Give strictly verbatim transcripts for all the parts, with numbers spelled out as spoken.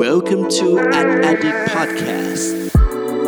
Welcome to Ad Addict Podcast สวัสดีครับขอ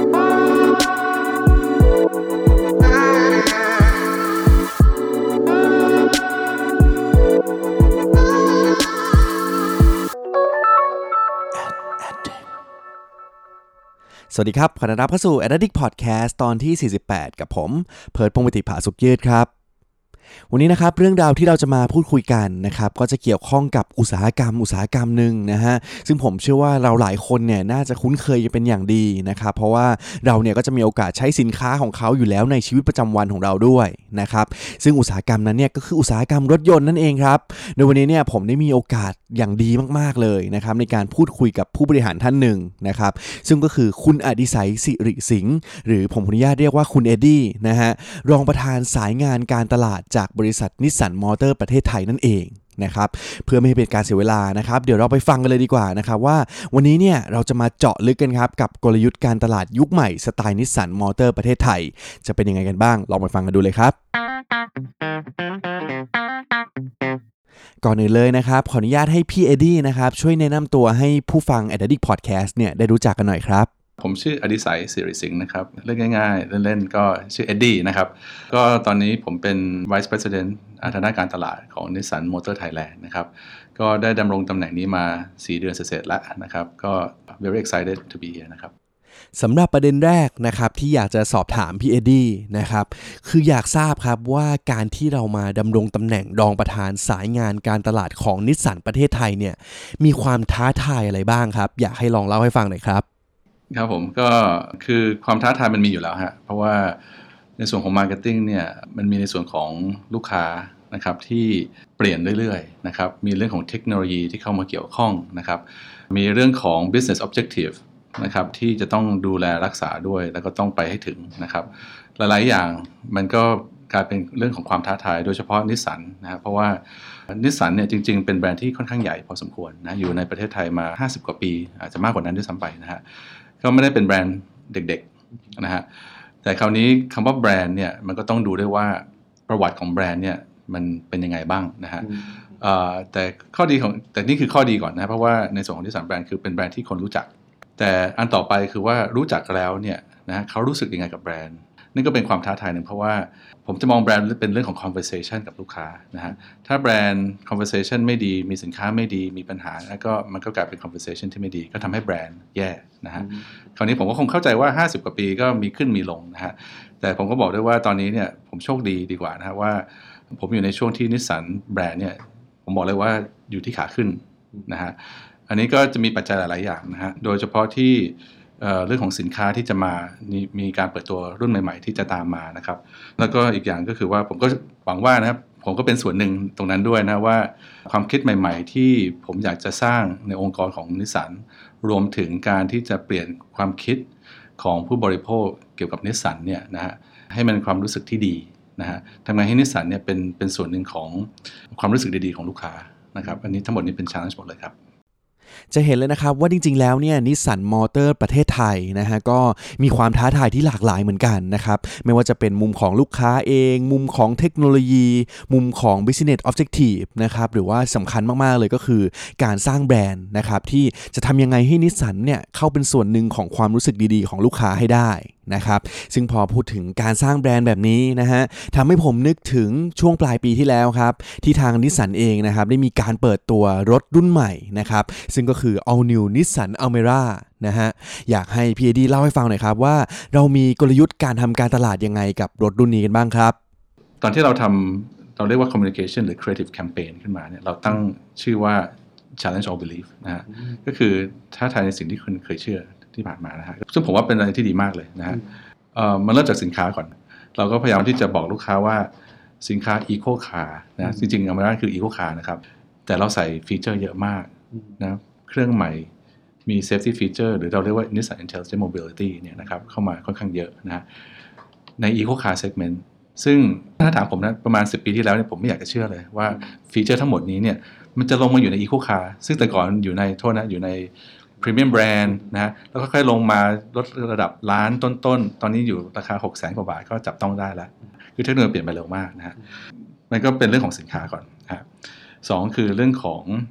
ต้อนรับเข้าสู่ Ad Addict Podcast ตอนที่สี่สิบแปดกับผมเพิร์ท พงษ์ ปิติภาสุขยืดครับวันนี้นะครับเรื่องราวที่เราจะมาพูดคุยกันนะครับก็จะเกี่ยวข้องกับอุตสาหกรรมอุตสาหกรรมนึงนะฮะซึ่งผมเชื่อว่าเราหลายคนเนี่ยน่าจะคุ้นเคยเป็นอย่างดีนะครับเพราะว่าเราเนี่ยก็จะมีโอกาสใช้สินค้าของเขาอยู่แล้วในชีวิตประจำวันของเราด้วยนะครับซึ่งอุตสาหกรรมนั้นเนี่ยก็คืออุตสาหกรรมรถยนต์นั่นเองครับในวันนี้เนี่ยผมได้มีโอกาสอย่างดีมากๆเลยนะครับในการพูดคุยกับผู้บริหารท่านหนึ่งนะครับซึ่งก็คือคุณอดิศัยสิริสิงห์หรือผมขออนุญาตเรียกว่าคุณเอ็ดดี้นะฮะรองประธานสายงานการตลาดจากบริษัทนิสสันมอเตอร์ประเทศไทยนั่นเองนะครับเพื่อไม่ให้เป็นการเสียเวลานะครับเดี๋ยวเราไปฟังกันเลยดีกว่านะครับว่าวันนี้เนี่ยเราจะมาเจาะลึกกันครับกับกลยุทธ์การตลาดยุคใหม่สไตล์นิสสันมอเตอร์ประเทศไทยจะเป็นยังไงกันบ้างลองไปฟังกันดูเลยครับก่อนอื่นเลยนะครับขออนุญาตให้พี่เอ็ดดี้นะครับช่วยแนะนำตัวให้ผู้ฟัง Ad Addict Podcast เนี่ยได้รู้จักกันหน่อยครับผมชื่ออดิศัยสิริสิงห์นะครับเรียกง่ายๆเล่นๆก็ชื่อเอ็ดดี้นะครับก็ตอนนี้ผมเป็น Vice President ทางด้านการตลาดของ Nissan Motor Thailand นะครับก็ได้ดำรงตำแหน่งนี้มาสี่เดือนเศษๆแล้วนะครับก็ very excited to be here นะครับสำหรับประเด็นแรกนะครับที่อยากจะสอบถามพี่เอ็ดดี้นะครับคืออยากทราบครับว่าการที่เรามาดำรงตำแหน่งรองประธานสายงานการตลาดของนิสสันประเทศไทยเนี่ยมีความท้าทายอะไรบ้างครับอยากให้ลองเล่าให้ฟังหน่อยครับครับผมก็คือความท้าทายมันมีอยู่แล้วฮะเพราะว่าในส่วนของมาร์เก็ตติ้งเนี่ยมันมีในส่วนของลูกค้านะครับที่เปลี่ยนเรื่อยๆนะครับมีเรื่องของเทคโนโลยีที่เข้ามาเกี่ยวข้องนะครับมีเรื่องของ business objective นะครับที่จะต้องดูแลรักษาด้วยแล้วก็ต้องไปให้ถึงนะครับหลายๆอย่างมันก็กลายเป็นเรื่องของความท้าทายโดยเฉพาะนิสสันนะครับเพราะว่านิสสันเนี่ยจริงๆเป็นแบรนด์ที่ค่อนข้างใหญ่พอสมควรนะอยู่ในประเทศไทยมาห้าสิบกว่าปีอาจจะมากกว่านั้นด้วยซ้ำไปนะฮะก็ไม่ได้เป็นแบรนด์เด็กๆนะฮะแต่คราวนี้คำว่าแบรนด์เนี่ยมันก็ต้องดูด้วยว่าประวัติของแบรนด์เนี่ยมันเป็นยังไงบ้างนะฮะแต่ข้อดีของแต่นี่คือข้อดีก่อนนะเพราะว่าในส่วนของนิสสันแบรนด์คือเป็นแบรนด์ที่คนรู้จักแต่อันต่อไปคือว่ารู้จักแล้วเนี่ยนะเขารู้สึกยังไงกับแบรนด์นี่ก็เป็นความท้าทายหนึ่งเพราะว่าผมจะมองแบรนด์เป็นเรื่องของ conversation กับลูกค้านะฮะถ้าแบรนด์ conversation ไม่ดีมีสินค้าไม่ดีมีปัญหาแล้วก็มันก็กลายเป็น conversation ที่ไม่ดีก็ทำให้แบรนด์แย่นะฮะคราวนี้ผมก็คงเข้าใจว่าห้าสิบกว่าปีก็มีขึ้นมีลงนะฮะแต่ผมก็บอกด้วยว่าตอนนี้เนี่ยผมโชคดีดีกว่านะฮะว่าผมอยู่ในช่วงที่นิสสันแบรนด์เนี่ยผมบอกเลยว่าอยู่ที่ขาขึ้นนะฮะอันนี้ก็จะมีปัจจัยหลายๆอย่างนะฮะโดยเฉพาะที่เอ่อเรื่องของสินค้าที่จะมามีการเปิดตัวรุ่นใหม่ๆที่จะตามมานะครับแล้วก็อีกอย่างก็คือว่าผมก็หวังว่านะครับผมก็เป็นส่วนหนึ่งตรงนั้นด้วยนะว่าความคิดใหม่ๆที่ผมอยากจะสร้างในองค์กรของนิสสันรวมถึงการที่จะเปลี่ยนความคิดของผู้บริโภคเกี่ยวกับนิสสันเนี่ยนะฮะให้มันความรู้สึกที่ดีนะฮะทำไงให้นิสสันเนี่ยเป็นเป็นส่วนหนึ่งของความรู้สึกดีๆของลูกค้านะครับอันนี้ทั้งหมดนี้เป็น challenge หมดเลยครับจะเห็นเลยนะครับว่าจริงๆแล้วเนี่ยนิสสันมอเตอร์ประเทศไทยนะฮะก็มีความท้าทายที่หลากหลายเหมือนกันนะครับไม่ว่าจะเป็นมุมของลูกค้าเองมุมของเทคโนโลยีมุมของ business objective นะครับหรือว่าสำคัญมากๆเลยก็คือการสร้างแบรนด์นะครับที่จะทำยังไงให้นิสสันเนี่ยเข้าเป็นส่วนหนึ่งของความรู้สึกดีๆของลูกค้าให้ได้นะครับซึ่งพอพูดถึงการสร้างแบรนด์แบบนี้นะฮะทำให้ผมนึกถึงช่วงปลายปีที่แล้วครับที่ทางนิสสันเองนะครับได้มีการเปิดตัวรถรุ่นใหม่นะครับซึ่งก็คือ All New Nissan Almera นะฮะอยากให้พี่เอดีเล่าให้ฟังหน่อยครับว่าเรามีกลยุทธ์การทำการตลาดยังไงกับรถรุ่นนี้กันบ้างครับตอนที่เราทำเราเรียกว่า communication หรือ creative campaign ขึ้นมาเนี่ยเราตั้งชื่อว่า challenge all belief นะฮะก็คือท้าทายในสิ่งที่คุณเคยเชื่อที่ผ่านมานะฮะซึ่งผมว่าเป็นอะไรที่ดีมากเลยนะฮะเอ่อมันเริ่มจากสินค้าก่อนเราก็พยายามที่จะบอกลูกค้าว่าสินค้า Eco Car นะจริงๆ Almera คือ Eco Car นะครับแต่เราใส่ฟีเจอร์เยอะมากนะเครื่องใหม่มี safety feature หรือเราเรียกว่า Nissan Intelligent Mobility เนี่ยนะครับเข้ามาค่อนข้างเยอะนะใน Eco Car segment ซึ่งถ้าถามผมนะประมาณสิบปีที่แล้วเนี่ยผมไม่อยากจะเชื่อเลยว่าฟีเจอร์ทั้งหมดนี้เนี่ยมันจะลงมาอยู่ใน Eco Car ซึ่งแต่ก่อนอยู่ในโทษนะอยู่ในพรีเมียมแบรนด์นะฮะแล้วก็ค่อยลงมาลดระดับล้านต้นๆ ต, ตอนนี้อยู่ราคา หกแสน กว่าบาทก็จับต้องได้แล้วคือเทคโนโลยีเปลี่ยนไปเร็วมากนะฮะมันก็เป็นเรื่องของสินค้าก่อนนะฮะสองคือเรื่องของ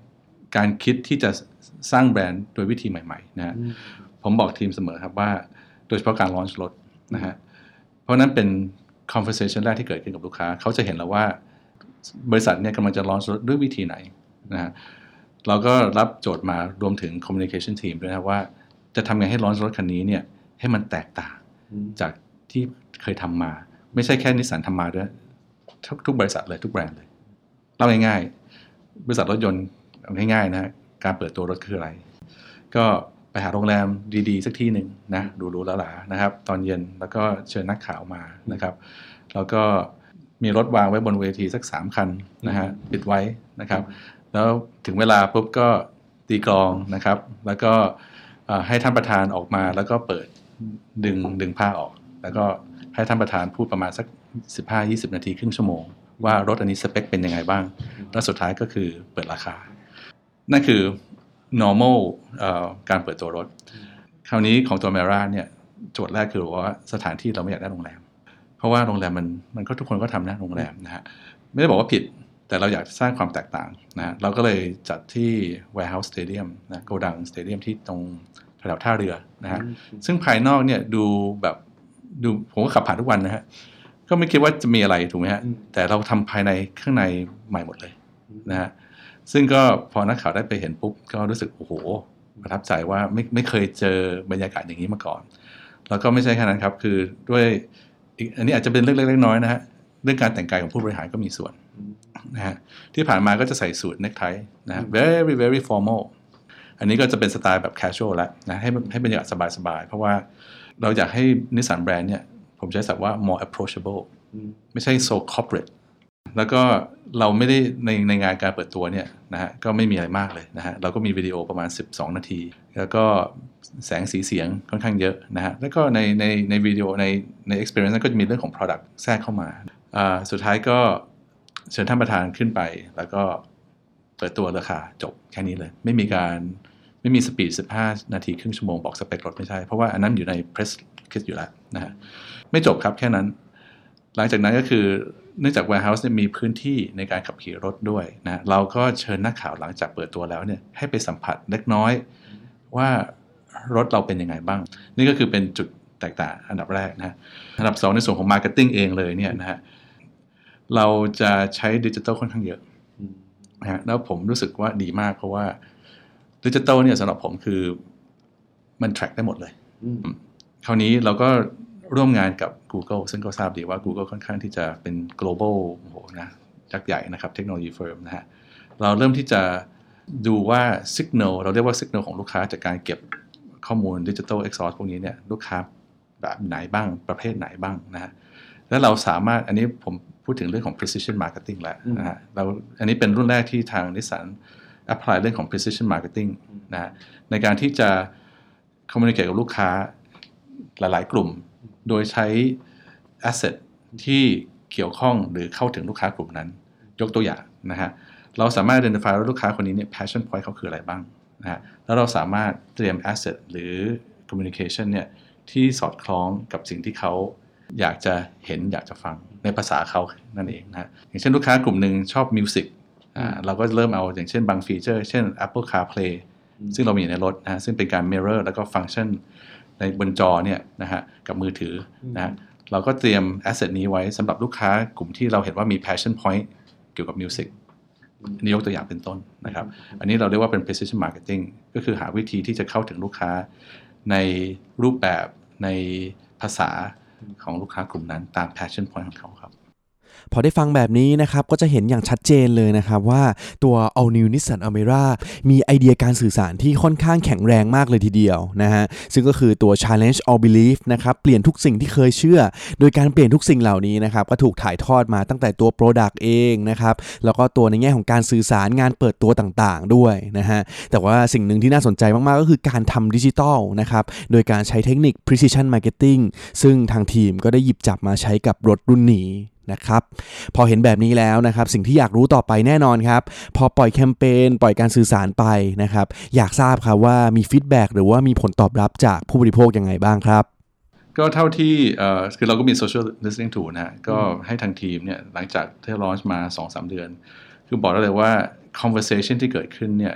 การคิดที่จะสร้างแบรนด์โดยวิธีใหม่ๆนะฮะผมบอกทีมเสมอครับว่าโดยเฉพาะการลอนช์รถนะฮะเพราะนั้นเป็น conversation แรกที่เกิดขึ้นกับลูกค้าเขาจะเห็นแล้วว่าบริษัทเนี่ยกำลังจะลอนช์รถด้วยวิธีไหนนะฮะเราก็รับโจทย์มารวมถึง communication team ด้วยนะว่าจะทำไงให้ลอนช์รถคันนี้เนี่ยให้มันแตกต่างจากที่เคยทำมาไม่ใช่แค่นิสสันทำมาด้วยทุกทุกบริษัทเลยทุกแบรนด์เลยเล่าง่ายๆบริษัทรถยนต์ง่ายๆนะการเปิดตัวรถคืออะไรก็ไปหาโรงแรมดีๆสักที่หนึ่งนะดูๆแล้วหลานะครับตอนเย็นแล้วก็เชิญนักข่าวมานะครับแล้วก็มีรถวางไว้บนเวทีสักสามคันนะฮะปิดไว้นะครับแล้วถึงเวลาปุ๊บก็ตีกลองนะครับแล้วก็ให้ท่านประธานออกมาแล้วก็เปิดดึงดึงผ้าออกแล้วก็ให้ท่านประธานพูดประมาณสัก สิบห้าถึงยี่สิบ นาทีครึ่งชั่วโมงว่ารถอันนี้สเปคเป็นยังไงบ้างแล้วสุดท้ายก็คือเปิดราคานั่นคือ normal เอ่อการเปิดตัวรถคราวนี้ของตัว Mera เนี่ยโจทย์แรกคือว่าสถานที่เราไม่อยากได้โรงแรมเพราะว่าโรงแรมมันมันก็ทุกคนก็ทำนะโรงแรมนะฮะไม่ได้บอกว่าผิดแต่เราอยากสร้างความแตกต่างนะเราก็เลยจัดที่ Warehouse Stadium นะโกดัง Stadium ที่ตรงแถวท่าเรือนะฮะซึ่งภายนอกเนี่ยดูแบบดูผมก็ขับผ่านทุกวันนะฮะก็ไม่คิดว่าจะมีอะไรถูกไหมฮะแต่เราทำภายในข้างในใหม่หมดเลยนะฮะซึ่งก็พอนักข่าวได้ไปเห็นปุ๊บก็รู้สึกโอ้โหประทับใจว่าไม่ไม่เคยเจอบรรยากาศอย่างนี้มาก่อนแล้วก็ไม่ใช่แค่นั้นครับคือด้วยอันนี้อาจจะเป็นเรื่องเล็กๆน้อยๆนะฮะเรื่องการแต่งกายของผู้บริหารก็มีส่วนนะฮะที่ผ่านมาก็จะใส่สูทเนคไทนะฮะ very very formal อันนี้ก็จะเป็นสไตล์แบบ casual แล้วนะให้ให้บรรยากาศสบายๆเพราะว่าเราอยากให้นิสสันแบรนด์เนี่ยผมใช้ศัพท์ว่า more approachable ไม่ใช่ so corporate แล้วก็เราไม่ได้ในในงานการเปิดตัวเนี่ยนะฮะก็ไม่มีอะไรมากเลยนะฮะเราก็มีวิดีโอประมาณสิบสองนาทีแล้วก็แสงสีเสียงค่อนข้างเยอะนะฮะแล้วก็ในในในวิดีโอในใน experience นั้นก็จะมีเรื่องของ product แทรกเข้ามาอ่าสุดท้ายก็เชิญท่านประธานขึ้นไปแล้วก็เปิดตัวราคาจบแค่นี้เลยไม่มีการไม่มีสปีดสิบห้านาทีครึ่งชั่วโมงบอกสเปครถไม่ใช่เพราะว่าอันนั้นอยู่ใน press kit อยู่แล้วนะฮะไม่จบครับแค่นั้นหลังจากนั้นก็คือเนื่องจาก warehouse เนี่ยมีพื้นที่ในการขับขี่รถด้วยนะเราก็เชิญนักข่าวหลังจากเปิดตัวแล้วเนี่ยให้ไปสัมผัสเล็กน้อยว่ารถเราเป็นยังไงบ้างนี่ก็คือเป็นจุดแตกต่างอันดับแรกนะอันดับสองในส่วนของ marketing เองเลยเนี่ยนะฮะเราจะใช้ดิจิทัลค่อนข้างเยอะนะฮะแล้วผมรู้สึกว่าดีมากเพราะว่าดิจิทัลเนี่ยสำหรับผมคือมัน track ได้หมดเลยคราวนี้เราก็ร่วมงานกับ Google ซึ่งก็ทราบดีว่า Google ค่อนข้างที่จะเป็น global โอ้โหนะยักษ์ใหญ่นะครับเทคโนโลยีเฟิร์มนะฮะเราเริ่มที่จะดูว่า signal เราเรียกว่า signal ของลูกค้าจากการเก็บข้อมูล digital exhaust พวกนี้เนี่ยลูกค้าแบบไหนบ้างประเภทไหนบ้างนะฮะแล้วเราสามารถอันนี้ผมพูดถึงเรื่องของ precision marketing แล้วนะฮะเราอันนี้เป็นรุ่นแรกที่ทางนิสสัน apply เรื่องของ precision marketing นะฮะในการที่จะ communicate กับลูกค้าหลายๆกลุ่มโดยใช้ asset ที่เกี่ยวข้องหรือเข้าถึงลูกค้ากลุ่มนั้นยกตัวอย่างนะฮะเราสามารถ identify ว่าลูกค้าคนนี้เนี่ย passion point เขาคืออะไรบ้างนะฮะแล้วเราสามารถเตรียม asset หรือ communication เนี่ยที่สอดคล้องกับสิ่งที่เขาอยากจะเห็นอยากจะฟังในภาษาเขานั่นเองนะอย่างเช่นลูกค้ากลุ่มหนึ่งชอบ music อ่าเราก็เริ่มเอาอย่างเช่นบางฟีเจอร์เช่น Apple CarPlay ซึ่งเรามีในรถนะซึ่งเป็นการ mirror แล้วก็ฟังก์ชันในบนจอเนี่ยนะฮะกับมือถือนะฮะเราก็เตรียม asset นี้ไว้สำหรับลูกค้ากลุ่มที่เราเห็นว่ามี passion point เกี่ยวกับ music อันนี้ยกตัวอย่างเป็นต้นนะครับอันนี้เราเรียกว่าเป็น precision marketing ก็คือหาวิธีที่จะเข้าถึงลูกค้าในรูปแบบในภาษาของลูกค้ากลุ่มนั้นตาม passion point ของเขาครับพอได้ฟังแบบนี้นะครับก็จะเห็นอย่างชัดเจนเลยนะครับว่าตัว All New Nissan Almera มีไอเดียการสื่อสารที่ค่อนข้างแข็งแรงมากเลยทีเดียวนะฮะซึ่งก็คือตัว Challenge All Belief นะครับเปลี่ยนทุกสิ่งที่เคยเชื่อโดยการเปลี่ยนทุกสิ่งเหล่านี้นะครับก็ถูกถ่ายทอดมาตั้งแต่ตัว Product เองนะครับแล้วก็ตัวในแง่ของการสื่อสารงานเปิดตัวต่างๆด้วยนะฮะแต่ว่าสิ่งหนึ่งที่น่าสนใจมากๆก็คือการทำดิจิทัลนะครับโดยการใช้เทคนิค Precision Marketing ซึ่งทางทีมก็ได้หยิบจับมาใช้กับรถรุ่นนี้นะครับพอเห็นแบบนี้แล้วนะครับสิ่งที่อยากรู้ต่อไปแน่นอนครับพอปล่อยแคมเปญปล่อยการสื่อสารไปนะครับอยากทราบครับว่ามีฟีดแบ็กหรือว่ามีผลตอบรับจากผู้บริโภคยังไงบ้างครับก็เท่าที่เอ่อคือเราก็มี social listening tool นะฮะก็ให้ทางทีมเนี่ยหลังจากที่ launch มา สองถึงสาม เดือนคือบอกได้เลยว่า conversation ที่เกิดขึ้นเนี่ย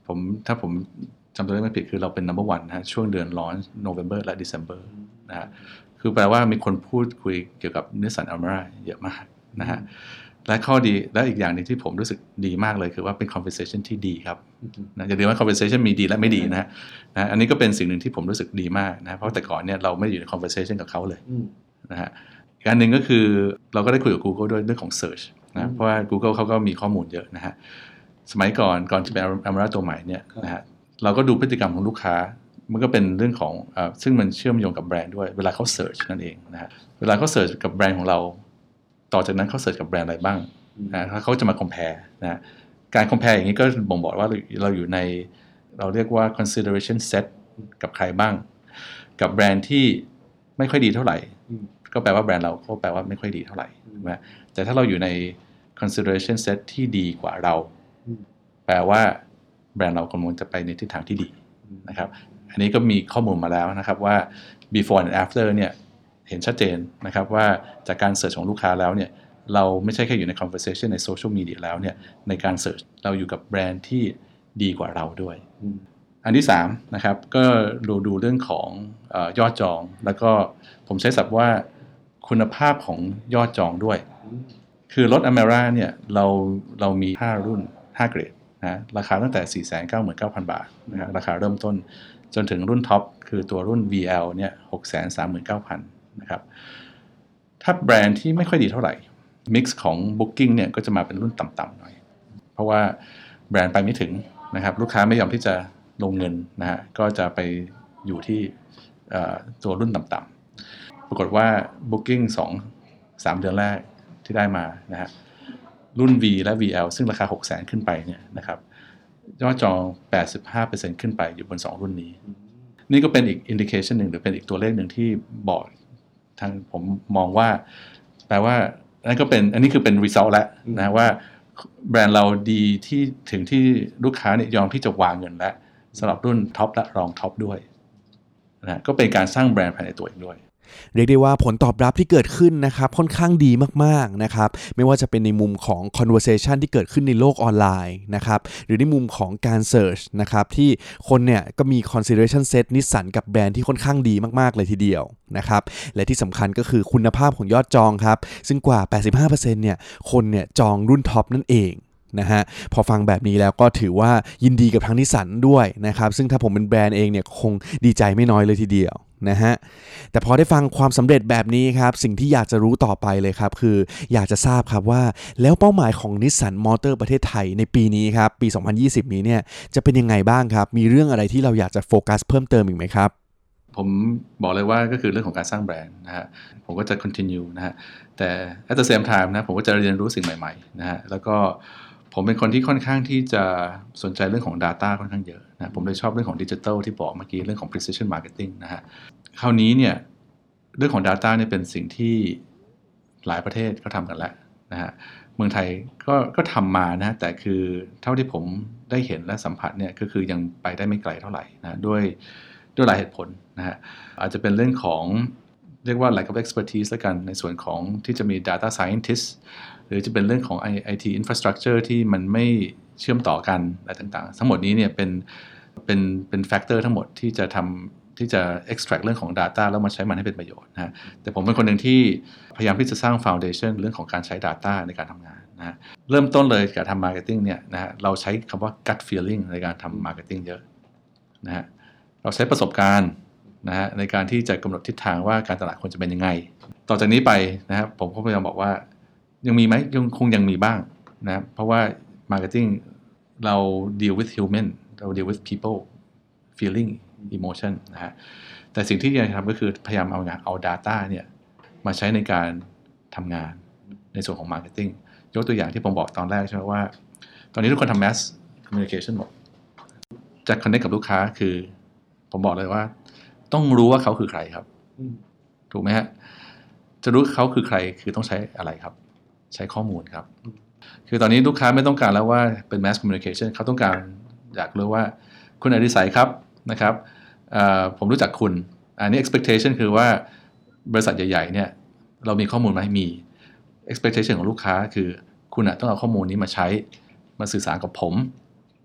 ผมถ้าผมจำตัวเลขไม่ผิดคือเราเป็น number one นะฮะช่วงเดือน launch November และ December นะฮะคือแปลว่ามีคนพูดคุยเกี่ยวกับ Nissan Almera เยอะมากนะฮะและข้อดีและอีกอย่างนึงที่ผมรู้สึกดีมากเลยคือว่าเป็น conversation ที่ดีครับนะอย่าลืมว่า conversation มีดีและไม่ดีนะนะอันนี้ก็เป็นสิ่งหนึ่งที่ผมรู้สึกดีมากนะเพราะแต่ก่อนเนี่ยเราไม่อยู่ใน conversation กับเขาเลยนะฮะอีกอันหนึ่งก็คือเราก็ได้คุยกับ Google ด้วยเรื่องของ search นะเพราะว่า Google เขาก็มีข้อมูลเยอะนะฮะสมัยก่อนก่อนจะเป็น Almera ตัวใหม่เนี่ยนะฮะเราก็ดูพฤติกรรมของลูกค้ามันก็เป็นเรื่องของเอ่อซึ่งมันเชื่อมโยงกับแบรนด์ด้วยเวลาเขา search นั่นเองนะฮะเวลาเขา search กับแบรนด์ของเราต่อจากนั้นเขา search กับแบรนด์อะไรบ้างนะเขาจะมา compare นะการ compare อย่างนี้ก็บ่งบอกว่าเราอยู่ในเราเรียกว่า consideration set กับใครบ้างกับแบรนด์ที่ไม่ค่อยดีเท่าไหร่ก็แปลว่าแบรนด์เราก็แปลว่าไม่ค่อยดีเท่าไหร่นะแต่ถ้าเราอยู่ใน consideration set ที่ดีกว่าเราแปลว่าแบรนด์เรากำลังจะไปในทิศทางที่ดีนะครับอันนี้ก็มีข้อมูลมาแล้วนะครับว่า before and after เนี่ยเห็นชัดเจนนะครับว่าจากการเสิร์ชของลูกค้าแล้วเนี่ยเราไม่ใช่แค่อยู่ใน conversation ในโซเชียลมีเดียแล้วเนี่ยในการเสิร์ชเราอยู่กับแบรนด์ที่ดีกว่าเราด้วยอันที่สามนะครับก็ดูดูเรื่องของเอ่อยอดจองแล้วก็ผมใช้ศัพท์ว่าคุณภาพของยอดจองด้วยคือรถ Almera เนี่ยเราเรามีห้ารุ่นห้าเกรดนะราคาตั้งแต่ สี่แสนเก้าหมื่นเก้าพัน บาทนะราคาเริ่มต้นจนถึงรุ่นท็อปคือตัวรุ่น วี แอล เนี่ย หกแสนสามหมื่นเก้าพัน นะครับถ้าแบรนด์ที่ไม่ค่อยดีเท่าไหร่ mix ของ Booking เนี่ยก็จะมาเป็นรุ่นต่ำๆหน่อยเพราะว่าแบรนด์ไปไม่ถึงนะครับลูกค้าไม่ยอมที่จะลงเงินนะฮะก็จะไปอยู่ที่ตัวรุ่นต่ำๆปรากฏว่า Booking สอง สามเดือนแรกที่ได้มานะฮะรุ่น V และ วี แอล ซึ่งราคา หกแสน ขึ้นไปเนี่ยนะครับยอดจอง แปดสิบห้าเปอร์เซ็นต์ ขึ้นไปอยู่บนสองรุ่นนี้นี่ก็เป็นอีก indication หนึ่งหรือเป็นอีกตัวเลขหนึ่งที่บอกทางผมมองว่าแปลว่านั่นก็เป็นอันนี้คือเป็น result แล้วนะว่าแบรนด์เราดีที่ถึงที่ลูกค้าเนี่ยยอมที่จะวางเงินแล้วสำหรับรุ่นท็อปและรองท็อปด้วยนะก็เป็นการสร้างแบรนด์ภายในตัวเองด้วยเรียกได้ว่าผลตอบรับที่เกิดขึ้นนะครับค่อนข้างดีมากๆนะครับไม่ว่าจะเป็นในมุมของ conversation ที่เกิดขึ้นในโลกออนไลน์นะครับหรือในมุมของการ search นะครับที่คนเนี่ยก็มี consideration set นิสสันกับแบรนด์ที่ค่อนข้างดีมากๆเลยทีเดียวนะครับและที่สำคัญก็คือคุณภาพของยอดจองครับซึ่งกว่า แปดสิบห้าเปอร์เซ็นต์ เนี่ยคนเนี่ยจองรุ่นท็อปนั่นเองนะฮะพอฟังแบบนี้แล้วก็ถือว่ายินดีกับทางนิสสันด้วยนะครับซึ่งถ้าผมเป็นแบรนด์เองเนี่ยคงดีใจไม่น้อยเลยทีเดียวนะฮะแต่พอได้ฟังความสำเร็จแบบนี้ครับสิ่งที่อยากจะรู้ต่อไปเลยครับคืออยากจะทราบครับว่าแล้วเป้าหมายของนิสสันมอเตอร์ประเทศไทยในปีนี้ครับปีสองพันยี่สิบนี้เนี่ยจะเป็นยังไงบ้างครับมีเรื่องอะไรที่เราอยากจะโฟกัสเพิ่มเติมอีกไหมครับผมบอกเลยว่าก็คือเรื่องของการสร้างแบรนด์นะฮะผมก็จะ continue นะฮะแต่ at the same time นะผมก็จะเรียนรู้สิ่งใหม่ๆนะฮะแล้วก็ผมเป็นคนที่ค่อนข้างที่จะสนใจเรื่องของ data ค่อนข้างเยอะนะผมเลยชอบเรื่องของ digital ที่บอกเมื่อกี้เรื่องของ precision marketing นะฮะคราวนี้เนี่ยเรื่องของ data เนี่ยเป็นสิ่งที่หลายประเทศเขาทำกันแล้วนะฮะเมืองไทยก็ก็ทำมานะแต่คือเท่าที่ผมได้เห็นและสัมผัสเนี่ยก็คือยังไปได้ไม่ไกลเท่าไหร่นะด้วยด้วยหลายเหตุผลนะฮะอาจจะเป็นเรื่องของเรียกว่า lack of expertise แล้วกันในส่วนของที่จะมี data scientist หรือจะเป็นเรื่องของ ไอ ที infrastructure ที่มันไม่เชื่อมต่อกันอะไรต่างๆทั้งหมดนี้เนี่ยเป็นเป็นเป็นแฟกเตอร์ทั้งหมดที่จะทำที่จะ extract เรื่องของ data แล้วมาใช้มันให้เป็นประโยชน์นะฮะแต่ผมเป็นคนหนึ่งที่พยายามที่จะสร้าง foundation เรื่องของการใช้ data ในการทำงานนะฮะเริ่มต้นเลยการทำ marketing เนี่ยนะฮะเราใช้คำว่า gut feeling ในการทำ marketing เยอะนะฮะเราใช้ประสบการณ์นะฮะในการที่จะกำหนดทิศทางว่าการตลาดควรจะเป็นยังไงต่อจากนี้ไปนะครับผมก็พยายามบอกว่ายังมีไหมยังคงยังมีบ้างนะเพราะว่า marketing เรา deal with human เรา deal with people feeling emotion นะฮะแต่สิ่งที่จะทำก็คือพยายามเอางานเอา data เนี่ยมาใช้ในการทำงานในส่วนของ marketing ยกตัวอย่างที่ผมบอกตอนแรกใช่ไหมว่าตอนนี้ทุกคนทำ mass communication หมดจะ connect กับลูกค้าคือผมบอกเลยว่าต้องรู้ว่าเขาคือใครครับถูกไหมฮะจะรู้เขาคือใครคือต้องใช้อะไรครับใช้ข้อมูลครับคือตอนนี้ลูกค้าไม่ต้องการแล้วว่าเป็น mass communication เขาต้องการอยากรู้ว่าคุณอดิศัยครับนะครับผมรู้จักคุณอันนี้ expectation คือว่าบริษัทใหญ่ๆเนี่ยเรามีข้อมูลมาให้มี expectation ของลูกค้าคือคุณต้องเอาข้อมูลนี้มาใช้มาสื่อสารกับผม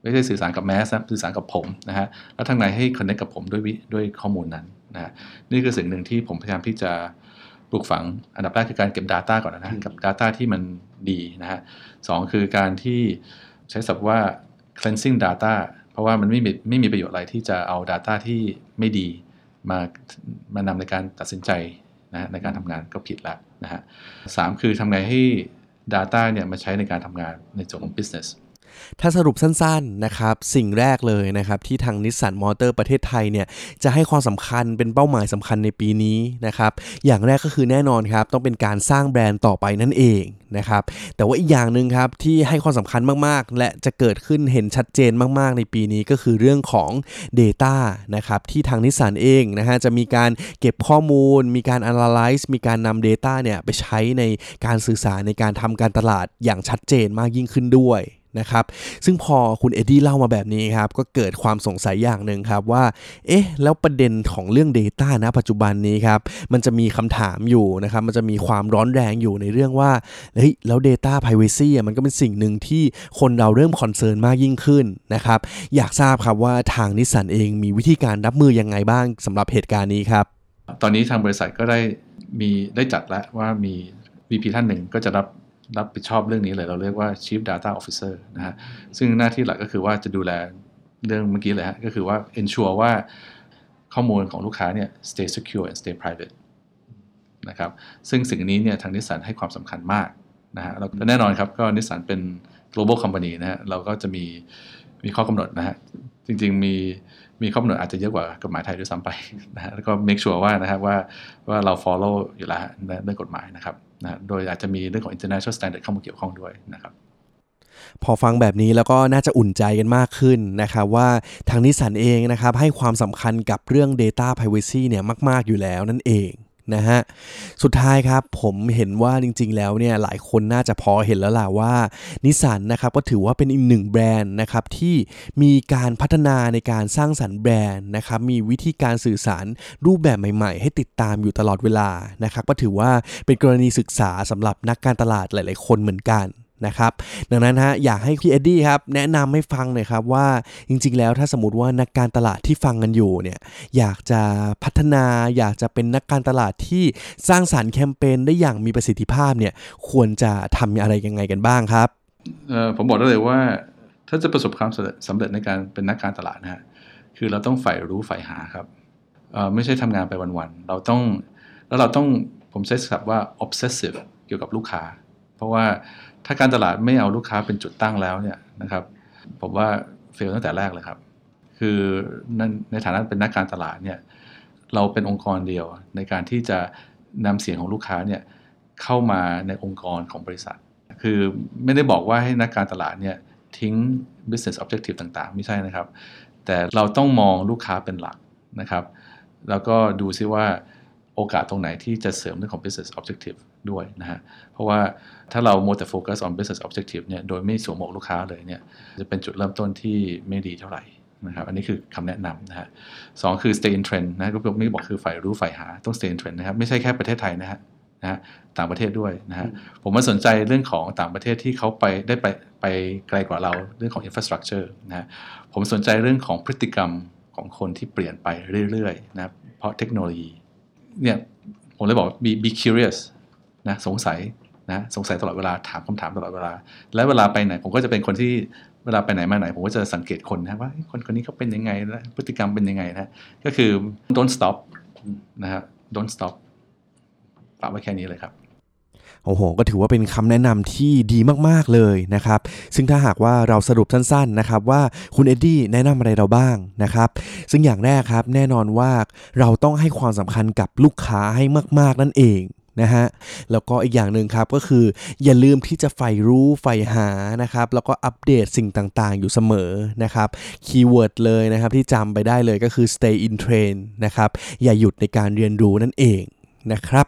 ไม่ใช่สื่อสารกับแมสนะสื่อสารกับผมนะฮะแล้วทางในให้ connect กับผมด้วยด้วยข้อมูลนั้นนะฮะนี่คือสิ่งหนึ่งที่ผมพยายามที่จะปลูกฝังอันดับแรกคือการเก็บ data ก่อนนะกับ data ที่มันดีนะฮะสองคือการที่ใช้ศัพท์ว่า cleansing data เพราะว่ามันไม่มีไม่มีประโยชน์อะไรที่จะเอา data ที่ไม่ดีมามานำในการตัดสินใจนะในการทำงานก็ผิดแล้วนะฮะสามคือทำไงให้ data เนี่ยมาใช้ในการทำงานในส่วนของ business ถ้าสรุปสั้นๆนะครับสิ่งแรกเลยนะครับที่ทางนิสสันมอเตอร์ประเทศไทยเนี่ยจะให้ความสำคัญเป็นเป้าหมายสำคัญในปีนี้นะครับอย่างแรกก็คือแน่นอนครับต้องเป็นการสร้างแบรนด์ต่อไปนั่นเองนะครับแต่ว่าอีกอย่างนึงครับที่ให้ความสำคัญมากๆและจะเกิดขึ้นเห็นชัดเจนมากๆในปีนี้ก็คือเรื่องของ data นะครับที่ทางนิสสันเองนะฮะจะมีการเก็บข้อมูลมีการ analyze มีการนำ data เนี่ยไปใช้ในการสื่อสารในการทำการตลาดอย่างชัดเจนมากยิ่งขึ้นด้วยนะครับซึ่งพอคุณเอ็ดดี้เล่ามาแบบนี้ครับก็เกิดความสงสัยอย่างหนึ่งครับว่าเอ๊ะแล้วประเด็นของเรื่อง data ณปัจจุบันนี้ครับมันจะมีคำถามอยู่นะครับมันจะมีความร้อนแรงอยู่ในเรื่องว่าเฮ้ยแล้ว data privacy อ่ะมันก็เป็นสิ่งหนึ่งที่คนเราเริ่มคอนเซิร์นมากยิ่งขึ้นนะครับอยากทราบครับว่าทางนิสสันเองมีวิธีการรับมือยังไงบ้างสำหรับเหตุการณ์นี้ครับตอนนี้ทางบริษัทก็ได้มีได้จัดแล้วว่ามี วี พี ท่านหนึ่งก็จะรับรับผิดชอบเรื่องนี้เลยเราเรียกว่า Chief Data Officer นะฮะซึ่งหน้าที่หลักก็คือว่าจะดูแลเรื่องเมื่อกี้เลยฮะก็คือว่า ensure ว่าข้อมูลของลูกค้าเนี่ย stay secure and stay private นะครับซึ่งสิ่งนี้เนี่ยทางนิสสันให้ความสำคัญมากนะฮะแล้วแน่นอนครับก็นิสสันเป็น global company นะฮะเราก็จะมีมีข้อกำหนดนะฮะจริงๆมีมีข้อกำหนดอาจจะเยอะกว่ากฎหมายไทยด้วยซ้ำไปนะฮะแล้วก็ make sure ว่านะครับว่าว่าเรา follow อยู่แล้วในเรื่องกฎหมายนะครับนะโดยอาจจะมีเรื่องของ international standard เข้ามาเกี่ยวข้องด้วยนะครับพอฟังแบบนี้แล้วก็น่าจะอุ่นใจกันมากขึ้นนะครับว่าทางนิสสันเองนะครับให้ความสำคัญกับเรื่อง data privacy เนี่ยมากๆอยู่แล้วนั่นเองนะฮะสุดท้ายครับผมเห็นว่าจริงๆแล้วเนี่ยหลายคนน่าจะพอเห็นแล้วล่ะว่านิสสันนะครับก็ถือว่าเป็นอีกหนึ่งแบรนด์นะครับที่มีการพัฒนาในการสร้างสรรค์แบรนด์นะครับมีวิธีการสื่อสารรูปแบบใหม่ๆให้ติดตามอยู่ตลอดเวลานะครับก็ถือว่าเป็นกรณีศึกษาสำหรับนักการตลาดหลายๆคนเหมือนกันนะครับดังนั้นฮะอยากให้พี่เอ็ดดี้ครับแนะนำให้ฟังหน่อยครับว่าจริงๆแล้วถ้าสมมติว่านักการตลาดที่ฟังกันอยู่เนี่ยอยากจะพัฒนาอยากจะเป็นนักการตลาดที่สร้างสรรค์แคมเปญได้อย่างมีประสิทธิภาพเนี่ยควรจะทำอะไรยังไงกันบ้างครับเอ่อผมบอกได้เลยว่าถ้าจะประสบความสำเร็จในการเป็นนักการตลาดนะฮะคือเราต้องใฝ่รู้ใฝ่หาครับเอ่อไม่ใช่ทำงานไปวันๆเราต้องแล้วเราต้องผมใช้ศัพท์ว่า obsessive เกี่ยวกับลูกค้าเพราะว่าถ้าการตลาดไม่เอาลูกค้าเป็นจุดตั้งแล้วเนี่ยนะครับผมว่าเฟลตั้งแต่แรกเลยครับคือในฐานะเป็นนักการตลาดเนี่ยเราเป็นองค์กรเดียวในการที่จะนำเสียงของลูกค้าเนี่ยเข้ามาในองค์กรของบริษัทคือไม่ได้บอกว่าให้นักการตลาดเนี่ยทิ้ง business objective ต่างๆไม่ใช่นะครับแต่เราต้องมองลูกค้าเป็นหลักนะครับแล้วก็ดูซิว่าโอกาสตรงไหนที่จะเสริมเรื่องของ business objective ด้วยนะฮะเพราะว่าถ้าเราโมแต่โฟกัส on business objective เนี่ยโดยไม่สวมหมวกลูกค้าเลยเนี่ยจะเป็นจุดเริ่มต้นที่ไม่ดีเท่าไหร่นะครับอันนี้คือคำแนะนำนะฮะสองคือ stay in trend นะก็ไม่บอกคือใฝ่รู้ใฝ่หาต้อง stay in trend นะครับไม่ใช่แค่ประเทศไทยนะฮะนะฮะต่างประเทศด้วยนะฮะผมมาสนใจเรื่องของต่างประเทศที่เขาไปได้ไปไปไกลกว่าเราเรื่องของ infrastructure นะฮะผมสนใจเรื่องของพฤติกรรมของคนที่เปลี่ยนไปเรื่อยๆนะเพราะเทคโนโลยีเนี่ยผมเลยบอก be be curious นะสงสัยนะสงสัยตลอดเวลาถามคำถามตลอดเวลาและเวลาไปไหนผมก็จะเป็นคนที่เวลาไปไหนมาไหนผมก็จะสังเกตคนนะว่าคนคนนี้เขาเป็นยังไงนะพฤติกรรมเป็นยังไงนะก็คือ don't stop นะฮะ don't stop ฝากไว้แค่นี้เลยครับโอ้โหก็ถือว่าเป็นคำแนะนำที่ดีมากๆเลยนะครับซึ่งถ้าหากว่าเราสรุปสั้นๆนะครับว่าคุณเอ็ดดี้แนะนำอะไรเราบ้างนะครับซึ่งอย่างแรกครับแน่นอนว่าเราต้องให้ความสำคัญกับลูกค้าให้มากๆนั่นเองนะฮะแล้วก็อีกอย่างหนึ่งครับก็คืออย่าลืมที่จะใฝ่รู้ใฝ่หานะครับแล้วก็อัปเดตสิ่งต่างๆอยู่เสมอนะครับคีย์เวิร์ดเลยนะครับที่จำไปได้เลยก็คือ stay in trend นะครับอย่าหยุดในการเรียนรู้นั่นเองนะครับ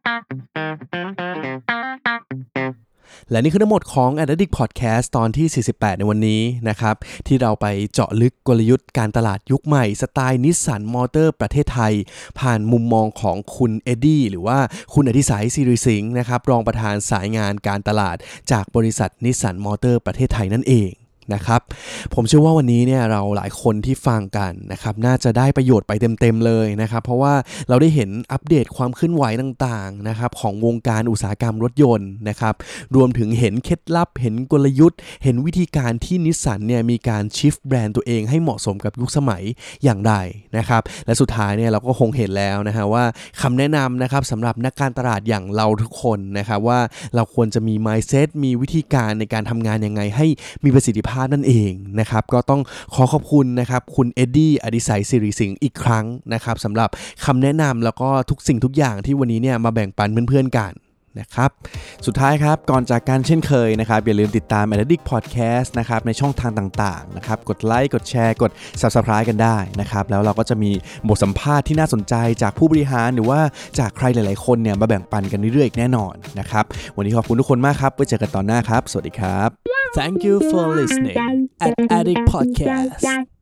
และนี่คือทั้งหมดของ Addict Podcast ตอนที่สี่สิบแปดในวันนี้นะครับที่เราไปเจาะลึกกลยุทธ์การตลาดยุคใหม่สไตล์นิสสันมอเตอร์ประเทศไทยผ่านมุมมองของคุณเอ็ดดี้หรือว่าคุณอดิศัยศิริสิงห์นะครับรองประธานสายงานการตลาดจากบริษัทนิสสันมอเตอร์ประเทศไทยนั่นเองนะครับผมเชื่อว่าวันนี้เนี่ยเราหลายคนที่ฟังกันนะครับน่าจะได้ประโยชน์ไปเต็มๆเลยนะครับเพราะว่าเราได้เห็นอัปเดตความเคลื่อนไหวต่างๆนะครับของวงการอุตสาหกรรมรถยนต์นะครับรวมถึงเห็นเคล็ดลับเห็นกลยุทธ์เห็นวิธีการที่นิสสันเนี่ยมีการชิฟต์แบรนด์ตัวเองให้เหมาะสมกับยุคสมัยอย่างไรนะครับและสุดท้ายเนี่ยเราก็คงเห็นแล้วนะฮะว่าคำแนะนำนะครับสำหรับนักการตลาดอย่างเราทุกคนนะครับว่าเราควรจะมี mindset มีวิธีการในการทำงานยังไงให้มีประสิทธิภาพนั่นเองนะครับก็ต้องขอขอบคุณนะครับคุณเอ็ดดี้อดิศัยสิริสิงห์อีกครั้งนะครับสำหรับคำแนะนำแล้วก็ทุกสิ่งทุกอย่างที่วันนี้เนี่ยมาแบ่งปันเพื่อนๆกันนะครับสุดท้ายครับก่อนจากการเช่นเคยนะครับอย่าลืมติดตาม Addict Podcast นะครับในช่องทางต่างๆนะครับกดไลค์กดแชร์กด Subscribe กันได้นะครับแล้วเราก็จะมีบทสัมภาษณ์ที่น่าสนใจจากผู้บริหารหรือว่าจากใครหลายๆคนเนี่ยมาแบ่งปันกันเรื่อยๆอีกแน่นอนนะครับวันนี้ขอบคุณทุกคนมากครับไว้เจอกันตอนหน้าครับสวัสดีครับ Thank you for listening at Addict Podcast